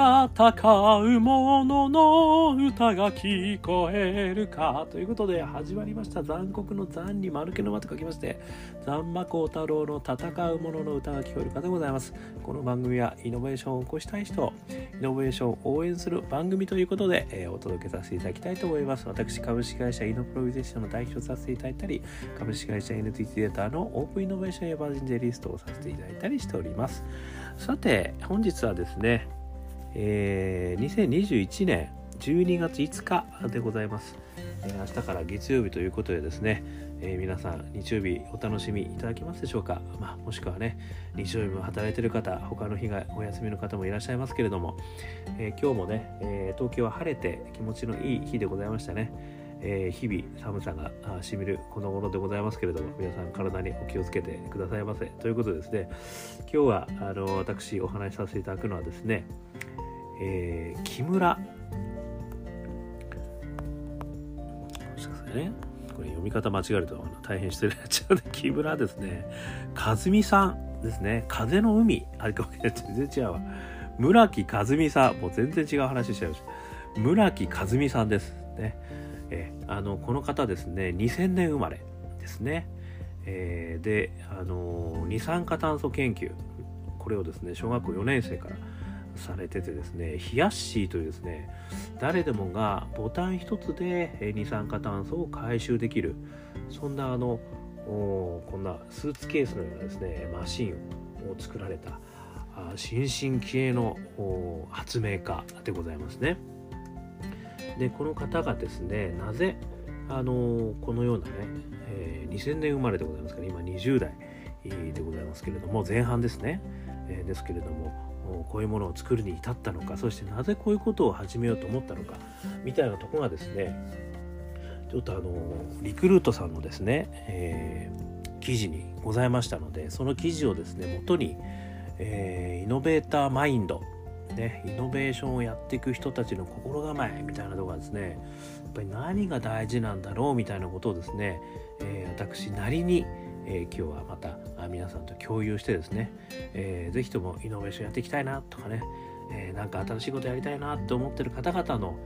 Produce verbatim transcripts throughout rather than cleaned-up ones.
戦う者の歌が聞こえるかということで始まりました。残酷の残に丸けの間と書きまして残魔高太郎の戦う者の歌が聞こえるかでございます。この番組はイノベーションを起こしたい人、イノベーションを応援する番組ということで、えー、お届けさせていただきたいと思います。私株式会社イノプロビゼーションの代表をさせていただいたり、株式会社 エヌティーティー データのオープンイノベーションエバージンジェリストをさせていただいたりしております。さて本日はですね、えー、にせんにじゅういちねんじゅうにがついつかでございます。えー、明日から月曜日ということでですね、えー、皆さん日曜日お楽しみいただけますでしょうか。まあ、もしくはね日曜日も働いている方、他の日がお休みの方もいらっしゃいますけれども、えー、今日もね、えー、東京は晴れて気持ちのいい日でございましたね。えー、日々寒さがしみるこの頃でございますけれども、皆さん体にお気をつけてくださいませということでですね、今日はあの私お話しさせていただくのはですね、えー、木村ね、これ読み方間違えると大変失礼になっちゃうので、木村ですね和美さんですね。風の海あれかも全然違うわ。村木和美さん、もう全然違う話しちゃいました。村木和美さんですね。えー、あのこの方ですねにせんねん生まれですね。えー、であの二酸化炭素研究、これをですね小学校よねん生からされててですね、ヒヤッシーというですね誰でもがボタン一つで二酸化炭素を回収できる、そんなあのこんなスーツケースのようなですねマシンを作られた新進気鋭の発明家でございますね。でこの方がですねなぜあのこのようなね、えー、にせんねん生まれでございますから、今にじゅう代でございますけれども、前半ですね、えー、ですけれどもこういうものを作るに至ったのか、そしてなぜこういうことを始めようと思ったのかみたいなところがですね、ちょっとあのリクルートさんのですね、えー、記事にございましたので、その記事をですね元に、えー、イノベーターマインド、ね、イノベーションをやっていく人たちの心構えみたいなところがですね、やっぱり何が大事なんだろうみたいなことをですね、えー、私なりにえー、今日はまた皆さんと共有してですね、えー、ぜひともイノベーションやっていきたいなとかね、えー、なんか新しいことやりたいなと思っている方々の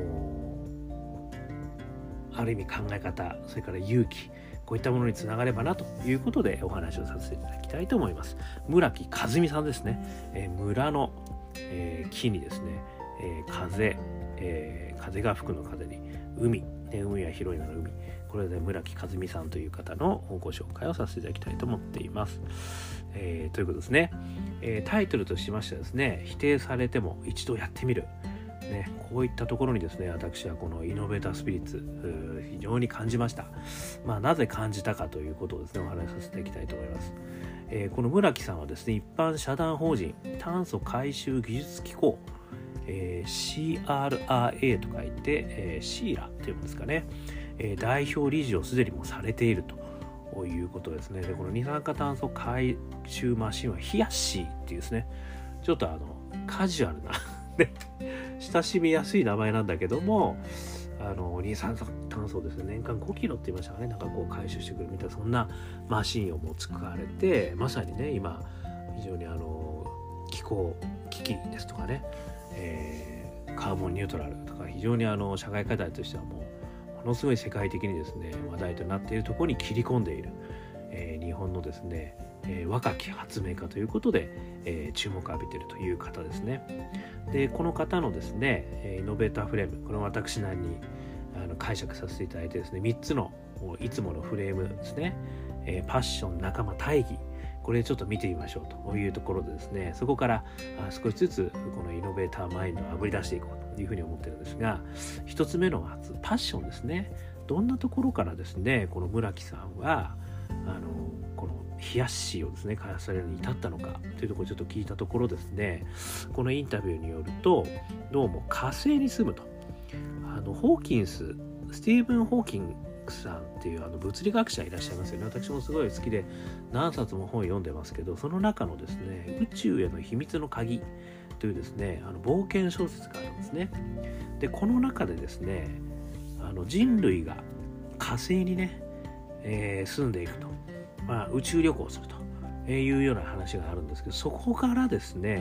ある意味考え方、それから勇気、こういったものにつながればなということでお話をさせていただきたいと思います。村木和美さんですね。えー、村の、えー、木にですね、えー、風、えー、風が吹くの風に海、ね、海は広いなら海、これで村木和美さんという方のご紹介をさせていただきたいと思っています。えー、ということですね、えー、タイトルとしましてはですね、否定されても一度やってみる、ね、こういったところにですね私はこのイノベータースピリッツ非常に感じました。まあ、なぜ感じたかということをですねお話しさせていただきたいと思います。えー、この村木さんはですね一般社団法人炭素回収技術機構、えー、シーアールアールエー と書いて、えー、シーラというんですかね、えー、代表理事をすでにもされているということですね。でこの二酸化炭素回収マシンはヒヤッシーっていうですね、ちょっとあのカジュアルな親しみやすい名前なんだけども、あの二酸化炭素をですね年間ごキロって言いましたかね、なんかこう回収してくるみたいなそんなマシンをもう使われて、まさにね今非常にあの気候危機ですとかね、えー、カーボンニュートラルとか非常にあの社会課題としてはもうものすごい世界的にですね話題となっているところに切り込んでいる、えー、日本のですね、えー、若き発明家ということで、えー、注目を浴びているという方ですね。でこの方のですねイノベーターフレーム、これを私なりにあの解釈させていただいてですね、みっつのいつものフレームですね、えー、パッション、仲間、大義、これちょっと見てみましょうというところでですね、そこから少しずつこのイノベーターマインドをあぶり出していこうというふうに思ってるんですが、一つ目のパッションですね。どんなところからですねこの村木さんはあのこのヒヤッシーをですね開発されるに至ったのかというところをちょっと聞いたところですね、このインタビューによるとどうも火星に住むと、あのホーキンススティーブン・ホーキンスさんっていうあの物理学者いらっしゃいますよね。私もすごい好きで何冊も本読んでますけど、その中のですね宇宙への秘密の鍵というですねあの冒険小説があるんですね。でこの中でですねあの人類が火星にね、えー、住んでいくと、まあ、宇宙旅行をするというような話があるんですけど、そこからですね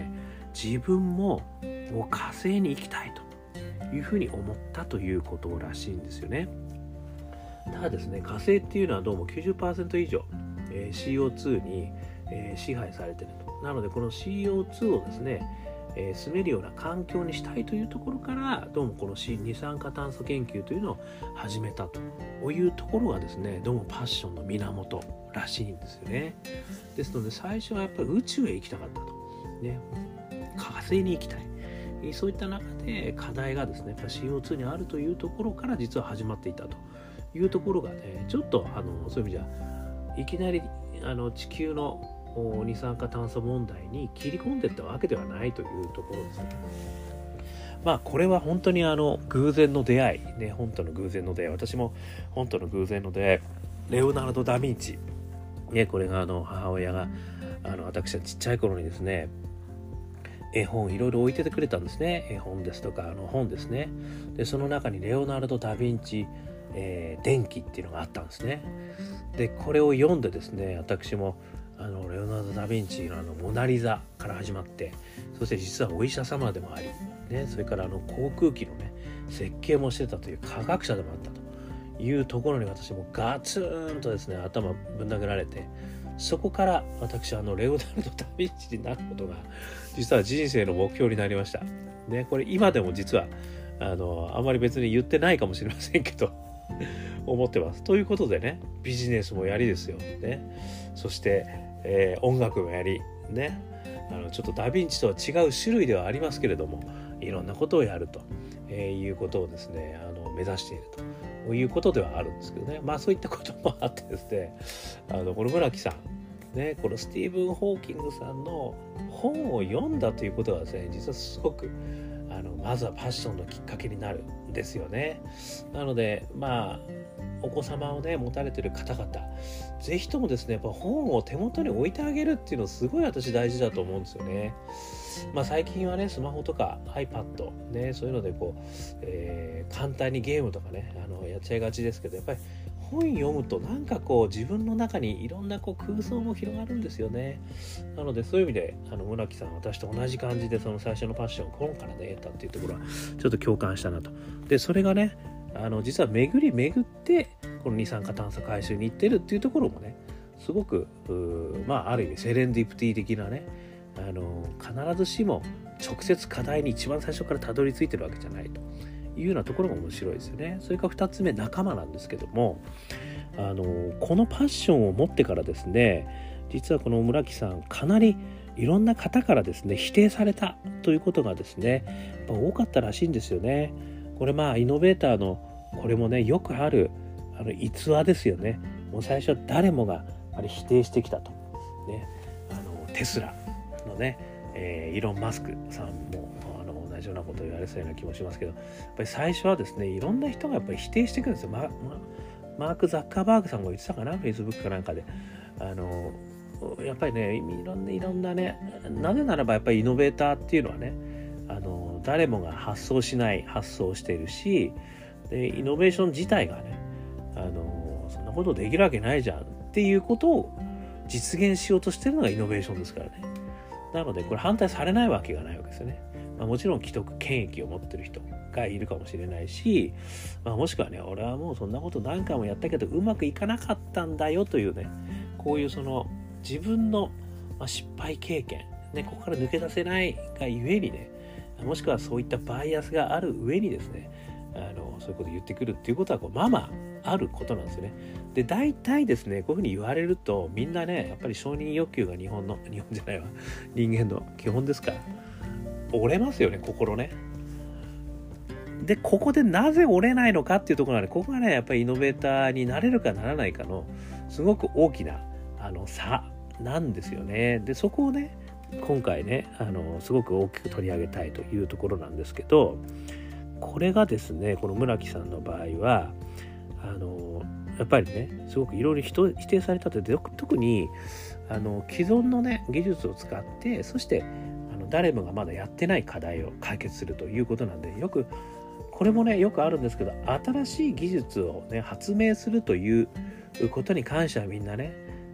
自分ももう火星に行きたいというふうに思ったということらしいんですよね。ただですね、火星っていうのはどうも きゅうじゅっパーセント 以上、えー、シーオーツー に、えー、支配されていると。なのでこの シーオーツー をですね、えー、住めるような環境にしたいというところから、どうもこの二酸化炭素研究というのを始めたというところがですね、どうもパッションの源らしいんですよね。ですので最初はやっぱり宇宙へ行きたかったと、ね、火星に行きたい、そういった中で課題がですね、やっぱ シーオーツー にあるというところから実は始まっていたというところがね、ちょっとあのそういう意味じゃいきなりあの地球の二酸化炭素問題に切り込んでいったわけではないというところですね。まあこれは本当にあの偶然の出会いね、本当の偶然の出会い、私も本当の偶然の出会い、レオナルド・ダ・ヴィンチね、これがあの母親があの私はちっちゃい頃にですね、絵本いろいろ置いててくれたんですね。絵本ですとかあの本ですね。でその中にレオナルド・ダ・ヴィンチ、えー、伝記っていうのがあったんですね。でこれを読んでですね、私もあのレオナルド・ダ・ヴィンチのあのモナリザから始まって、そして実はお医者様でもあり、ね、それからあの航空機のね設計もしてたという科学者でもあったというところに、私もガツンとですね頭ぶん殴られて、そこから私あのレオナルド・ダ・ヴィンチになることが実は人生の目標になりました、ね、これ今でも実はあのあまり別に言ってないかもしれませんけど思ってます。ということでね、ビジネスもやりですよ、ね、そして、えー、音楽もやり、ね、あのちょっとダ・ヴィンチとは違う種類ではありますけれども、いろんなことをやると、えー、いうことをですねあの目指しているということではあるんですけどね。まあそういったこともあってですね、あのこの村木さんね、このスティーブン・ホーキングさんの本を読んだということはですね、実はすごくあのまずはパッションのきっかけになるんですよね。なのでまあお子様をね持たれている方々、ぜひともですねやっぱ本を手元に置いてあげるっていうのすごい私大事だと思うんですよね。まあ最近はねスマホとか iPad ね、そういうのでこう、えー、簡単にゲームとかねあのやっちゃいがちですけど、やっぱり本読むとなんかこう自分の中にいろんなこう空想も広がるんですよね。なのでそういう意味であの村木さん、私と同じ感じでその最初のパッションを本からね得たっていうところはちょっと共感したなと。でそれがねあの実は巡り巡ってこの二酸化炭素回収に行ってるっていうところもねすごくまあある意味セレンディプティ的なね、あの必ずしも直接課題に一番最初からたどり着いてるわけじゃないというようなところが面白いですよね。それからふたつめ、仲間なんですけども、あのこのパッションを持ってからですね、実はこの村木さんかなりいろんな方からですね否定されたということがですねやっぱ多かったらしいんですよね。これまあイノベーターのこれもねよくあるあの逸話ですよね。もう最初は誰もがあれ否定してきたと、ね、あのテスラのね、えー、イーロン・マスクさんもあの同じようなことを言われそうな気もしますけど、やっぱり最初はですねいろんな人がやっぱり否定してくるんですよ。ままマーク・ザッカーバーグさんも言ってたかな、フェイスブックかなんかで、あのやっぱりねいろんないろんなね、なぜならばやっぱりイノベーターっていうのはね、あの誰もが発想しない発想をしているし、でイノベーション自体がね、あのそんなことできるわけないじゃんっていうことを実現しようとしてるのがイノベーションですからね。なのでこれ反対されないわけがないわけですよね。まあ、もちろん既得権益を持ってる人がいるかもしれないし、まあ、もしくはね俺はもうそんなこと何回もやったけどうまくいかなかったんだよというね、こういうその自分の失敗経験、ね、ここから抜け出せないがゆえにね、もしくはそういったバイアスがある上にですね、あのそういうことを言ってくるっていうことはこうまあまああることなんですよね。で大体ですねこういうふうに言われるとみんなねやっぱり承認欲求が日本の日本じゃないわ人間の基本ですから折れますよね、心ね。でここでなぜ折れないのかっていうところがね、ここがねやっぱりイノベーターになれるかならないかのすごく大きなあの差なんですよね。でそこをね今回ねあのすごく大きく取り上げたいというところなんですけど、これがですねこの村木さんの場合はあのやっぱりねすごくいろいろ否定されたとで、特にあの既存のね技術を使って、そしてあの誰もがまだやってない課題を解決するということなんで、よくこれもねよくあるんですけど、新しい技術をね発明するということに関してはみんなね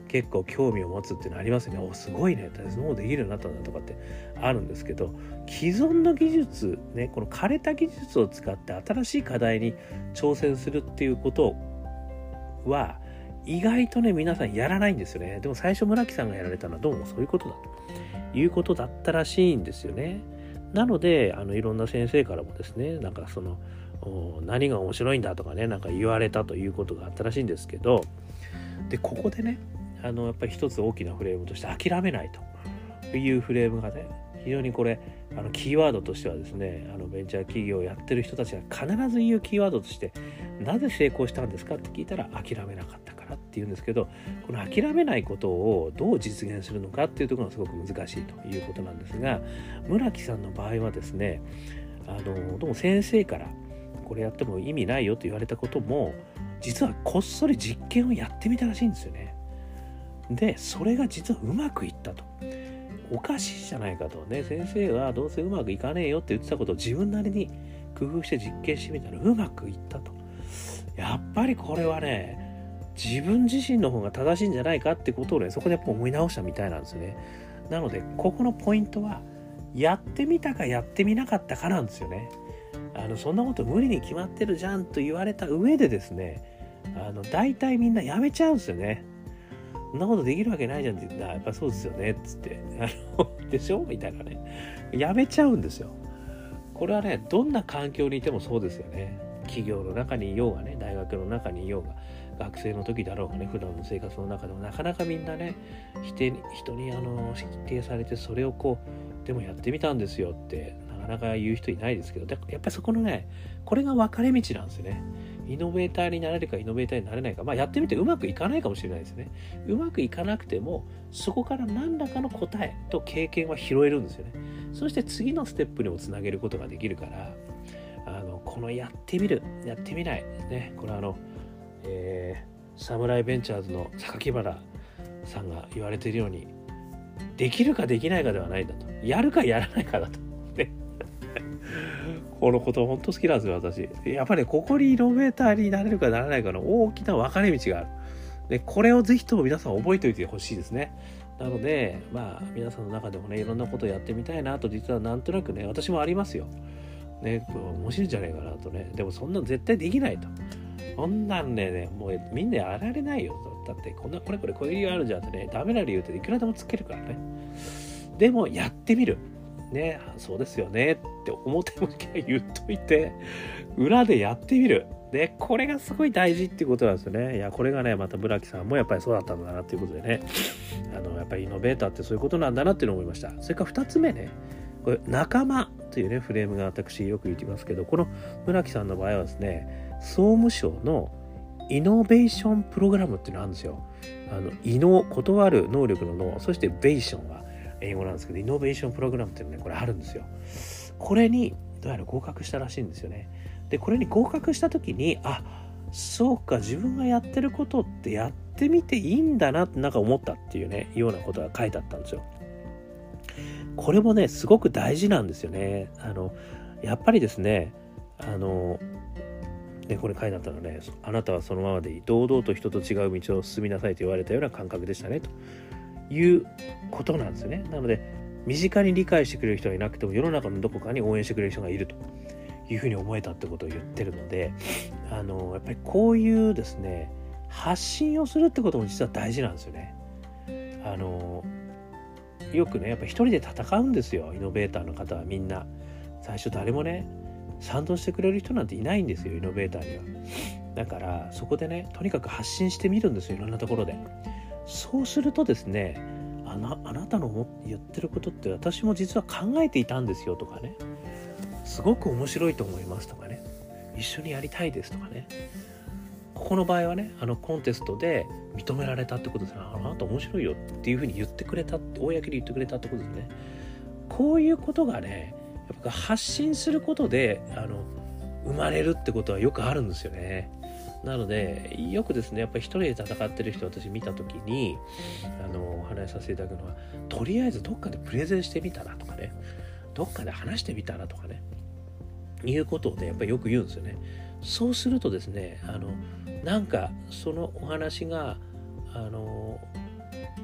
結構興味を持つっていうのありますよね。おすごいね、もうできるようになったんだとかってあるんですけど、既存の技術ね、この枯れた技術を使って新しい課題に挑戦するっていうことは意外とね皆さんやらないんですよね。でも最初村木さんがやられたのはどうもそういうことだということだったらしいんですよね。なのであのいろんな先生からもですね、なんかその何が面白いんだとかね、なんか言われたということがあったらしいんですけど、でここでねあのやっぱり一つ大きなフレームとして諦めないというフレームがね非常にこれあのキーワードとしてはですね、あのベンチャー企業をやってる人たちが必ず言うキーワードとして、なぜ成功したんですかって聞いたら諦めなかったからって言うんですけど、この諦めないことをどう実現するのかっていうところがすごく難しいということなんですが、村木さんの場合はですね、あのどうも先生からこれやっても意味ないよと言われたことも実はこっそり実験をやってみたらしいんですよね。でそれが実はうまくいったと。おかしいじゃないかとね、先生はどうせうまくいかねえよって言ってたことを自分なりに工夫して実験してみたらうまくいったと。やっぱりこれはね自分自身の方が正しいんじゃないかってことをねそこでやっぱ思い直したみたいなんですね。なのでここのポイントはやってみたかやってみなかったかなんですよね。あのそんなこと無理に決まってるじゃんと言われた上でですね、あの大体みんなやめちゃうんですよね。そんなことできるわけないじゃんって言ったらやっぱそうですよねっつってあのでしょみたいなね、やめちゃうんですよ。これはねどんな環境にいてもそうですよね。企業の中にいようがね、大学の中にいようが、学生の時だろうがね、普段の生活の中でもなかなかみんなね否定人にあの否定されて、それをこうでもやってみたんですよってなかなか言う人いないですけど、やっぱりそこのねこれが分かれ道なんですよね。イノベーターになれるかイノベーターになれないか、まあやってみてうまくいかないかもしれないですね。うまくいかなくてもそこから何らかの答えと経験は拾えるんですよね。そして次のステップにもつなげることができるから、あのこのやってみるやってみないね、これあの、えー、サムライベンチャーズの榊原さんが言われているように、できるかできないかではないんだと、やるかやらないかだとねこのこと本当好きなんですよ私。やっぱりここにイノベーターになれるかならないかの大きな分かれ道がある。でこれをぜひとも皆さん覚えておいてほしいですね。なのでまあ皆さんの中でもねいろんなことをやってみたいなと、実はなんとなくね私もありますよ。ね、面白いんじゃないかなとね。でもそんなの絶対できないと。そんなんね、もうみんなやられないよと。だってこんなこれこれこういう理由あるじゃんってね、ダメな理由っていくらでもつけるからね。でもやってみる。ね、そうですよねって表向きは言っといて、裏でやってみる。で、これがすごい大事っていうことなんですよね。いや、これがね、また村木さんもやっぱりそうだったんだなっていうことでね、あの、やっぱりイノベーターってそういうことなんだなっていうのを思いました。それから二つ目ね、これ仲間というね、フレームが私よく言ってますけど、この村木さんの場合はですね、総務省のイノベーションプログラムっていうのがあるんですよ。あの、イノ、断る能力の脳、そしてベーションは英語なんですけど、イノベーションプログラムっていうのね、これあるんですよ。これにどうやら合格したらしいんですよね。で、これに合格した時に、あ、そうか、自分がやってることってやってみていいんだなってなんか思ったっていうね、ようなことが書いてあったんですよ。これもね、すごく大事なんですよね。あの、やっぱりですね、あの、ね、これ書いてあったのね、あなたはそのままでいい、堂々と人と違う道を進みなさいと言われたような感覚でしたねということなんですよね。なので身近に理解してくれる人がいなくても世の中のどこかに応援してくれる人がいるというふうに思えたってことを言ってるので、あのやっぱりこういうですね発信をするってことも実は大事なんですよね。あのよくねやっぱり一人で戦うんですよ、イノベーターの方はみんな。最初誰もね賛同してくれる人なんていないんですよ、イノベーターには。だからそこでねとにかく発信してみるんですよ、いろんなところで。そうするとですね、あな、あなたの言ってることって私も実は考えていたんですよとかね、すごく面白いと思いますとかね、一緒にやりたいですとかね。ここの場合はね、あのコンテストで認められたってことですね。あなた面白いよっていうふうに言ってくれたって、公に言ってくれたってことですね。こういうことがね、やっぱ発信することであの生まれるってことはよくあるんですよね。なのでよくですねやっぱり一人で戦ってる人私見た時にあのお話しさせていただくのは、とりあえずどっかでプレゼンしてみたらとかね、どっかで話してみたらとかねいうことをねやっぱりよく言うんですよね。そうするとですね、あのなんかそのお話があの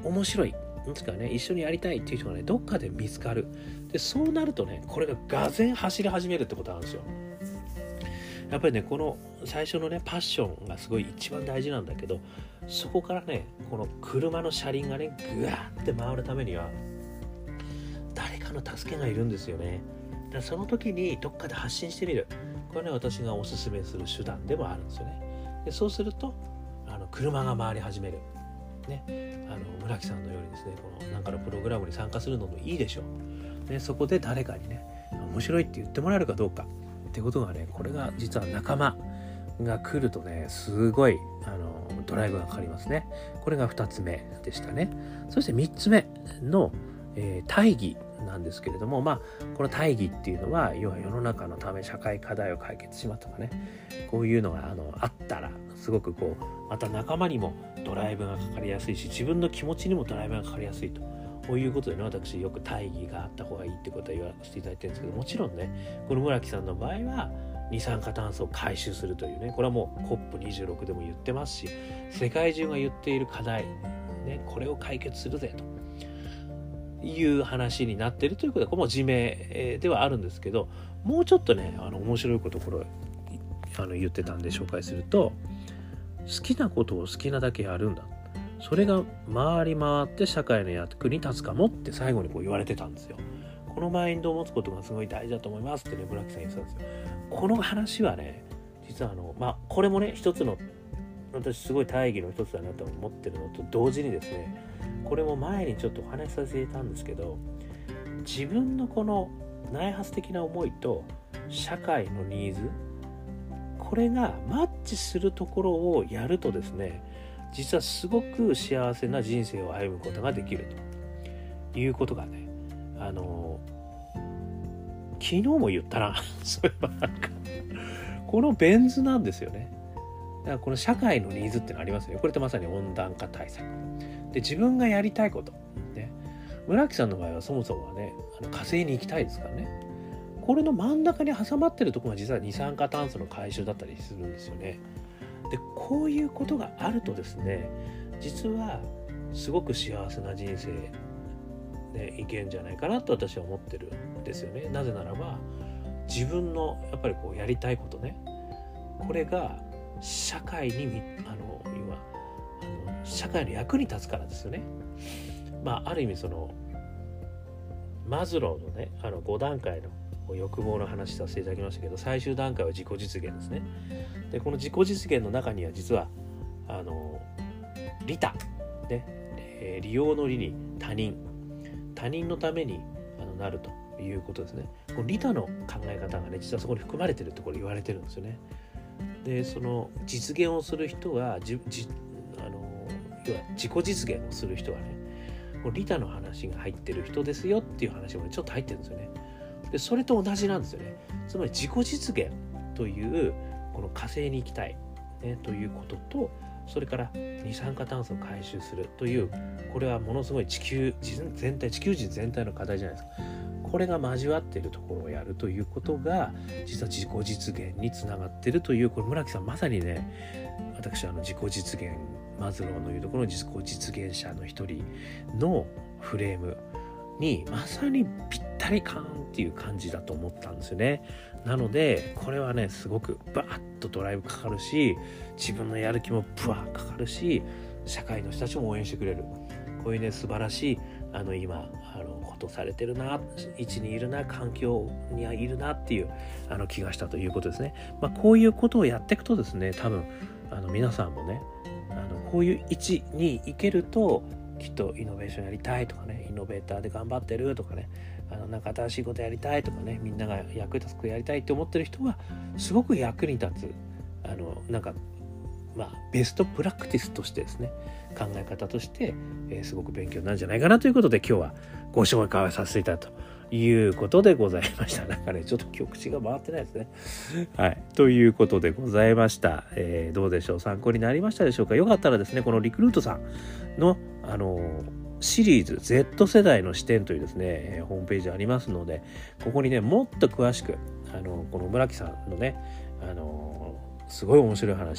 面白いですかね、一緒にやりたいっていう人がねどっかで見つかる。でそうなるとねこれががぜん走り始めるってことなんですよ。やっぱりねこの最初のねパッションがすごい一番大事なんだけど、そこからねこの車の車輪がねぐわーって回るためには誰かの助けがいるんですよね。だからその時にどっかで発信してみる、これね私がおすすめする手段でもあるんですよね。でそうするとあの車が回り始めるね、あの村木さんのようにですねこのなんかのプログラムに参加するのもいいでしょう、ね、そこで誰かにね面白いって言ってもらえるかどうかってことがね、これが実は仲間が来るとねすごいあのドライブがかかりますね。これがふたつめでしたね。そしてみっつめの、えー、大義なんですけれども、まあこの大義っていうのは要は世の中のため社会課題を解決しますとかね、こういうのがあのあったらすごくこうまた仲間にもドライブがかかりやすいし、自分の気持ちにもドライブがかかりやすいと、こういうことでね私よく大義があった方がいいってことは言わせていただいてるんですけど、もちろんねこの村木さんの場合は二酸化炭素を回収するというね、これはもう コップにじゅうろく でも言ってますし、世界中が言っている課題、ね、これを解決するぜという話になっているということで、これも自明ではあるんですけど、もうちょっとねあの面白いことこれあの言ってたんで紹介すると、好きなことを好きなだけやるんだ、それが回り回って社会の役に立つかもって最後にこう言われてたんですよ。このマインドを持つことがすごい大事だと思いますってね村木さん言ってたんですよ。この話はね実はあのまあこれもね一つの私すごい大義の一つだなと思ってるのと同時にですね、これも前にちょっとお話しさせていたんですけど、自分のこの内発的な思いと社会のニーズ、これがマッチするところをやるとですね、実はすごく幸せな人生を歩むことができるということがね、あの昨日も言ったなそういえばなんかこのベン図なんですよね。だからこの社会のニーズってのありますよね。これってまさに温暖化対策で、自分がやりたいこと、ね、村木さんの場合はそもそもはねあの火星に行きたいですからね、これの真ん中に挟まってるところが実は二酸化炭素の回収だったりするんですよね。でこういうことがあるとですね、実はすごく幸せな人生ねいけるんじゃないかなと私は思ってるんですよね。なぜならば自分のやっぱりこうやりたいことね、これが社会にあの今あの社会の役に立つからですよね。まあある意味そのマズローのねあのご段階の欲望の話させていただきましたけど、最終段階は自己実現ですね。でこの自己実現の中には実はあの利他ね、えー、利用の利に他人他人のためにあのなるということですね。この利他の考え方がね実はそこに含まれてるってこれ言われてるんですよね。でその実現をする人はじじあの要は自己実現をする人はねこの利他の話が入ってる人ですよっていう話も、ね、ちょっと入ってるんですよね。でそれと同じなんですよね。つまり自己実現というこの火星に行きたい、ね、ということと、それから二酸化炭素を回収するという、これはものすごい地球全体地球人全体の課題じゃないですか。これが交わっているところをやるということが実は自己実現につながっているという、これ村木さんまさにね私あの自己実現マズローのいうところの自己実現者の一人のフレームにまさにぴったり感っていう感じだと思ったんですよね。なのでこれはねすごくバーッとドライブかかるし、自分のやる気もブワーかかるし、社会の人たちも応援してくれる、こういうね素晴らしいあの今あのことされてるな、位置にいるな、環境にいるなっていうあの気がしたということですね。まあ、こういうことをやっていくとですね、多分あの皆さんもねあのこういう位置に行けるときっとイノベーションやりたいとかね、イノベーターで頑張ってるとかね、あのなんか新しいことやりたいとかね、みんなが役に立つことやりたいって思ってる人はすごく役に立つあのなんかまあベストプラクティスとしてですね、考え方として、えー、すごく勉強になるんじゃないかなということで今日はご紹介させていただいたということでございました。なんかねちょっと今日口が回ってないですね。はいということでございました。えー、どうでしょう、参考になりましたでしょうか。よかったらですねこのリクルートさんのあのーシリーズ Z 世代の視点というですね、えー、ホームページありますので、ここにねもっと詳しくあのこの村木さんのねあのすごい面白い話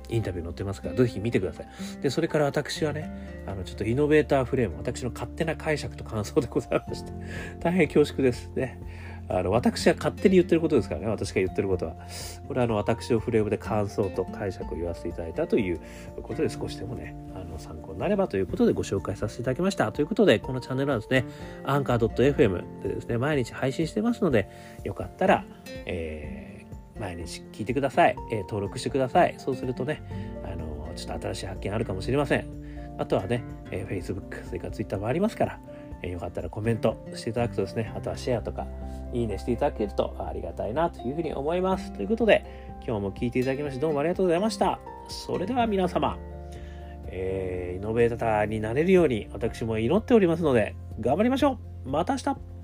インタビュー載ってますから、ぜひ見てください。で、それから私はね、あの、ちょっとイノベーターフレーム、私の勝手な解釈と感想でございまして、大変恐縮ですね。あの、私は勝手に言ってることですからね、私が言ってることは。これはあの、私のフレームで感想と解釈を言わせていただいたということで、少しでもね、あの、参考になればということでご紹介させていただきました。ということで、このチャンネルはですね、アンカー .fm でですね、毎日配信してますので、よかったら、えー毎日聞いてください、えー、登録してください。そうするとね、あのー、ちょっと新しい発見あるかもしれません。あとはね、えー、Facebook、それから Twitter もありますから、えー、よかったらコメントしていただくとですね、あとはシェアとかいいねしていただけるとありがたいなというふうに思います。ということで、今日も聞いていただきましてどうもありがとうございました。それでは皆様、えー、イノベーターになれるように私も祈っておりますので、頑張りましょう。また明日。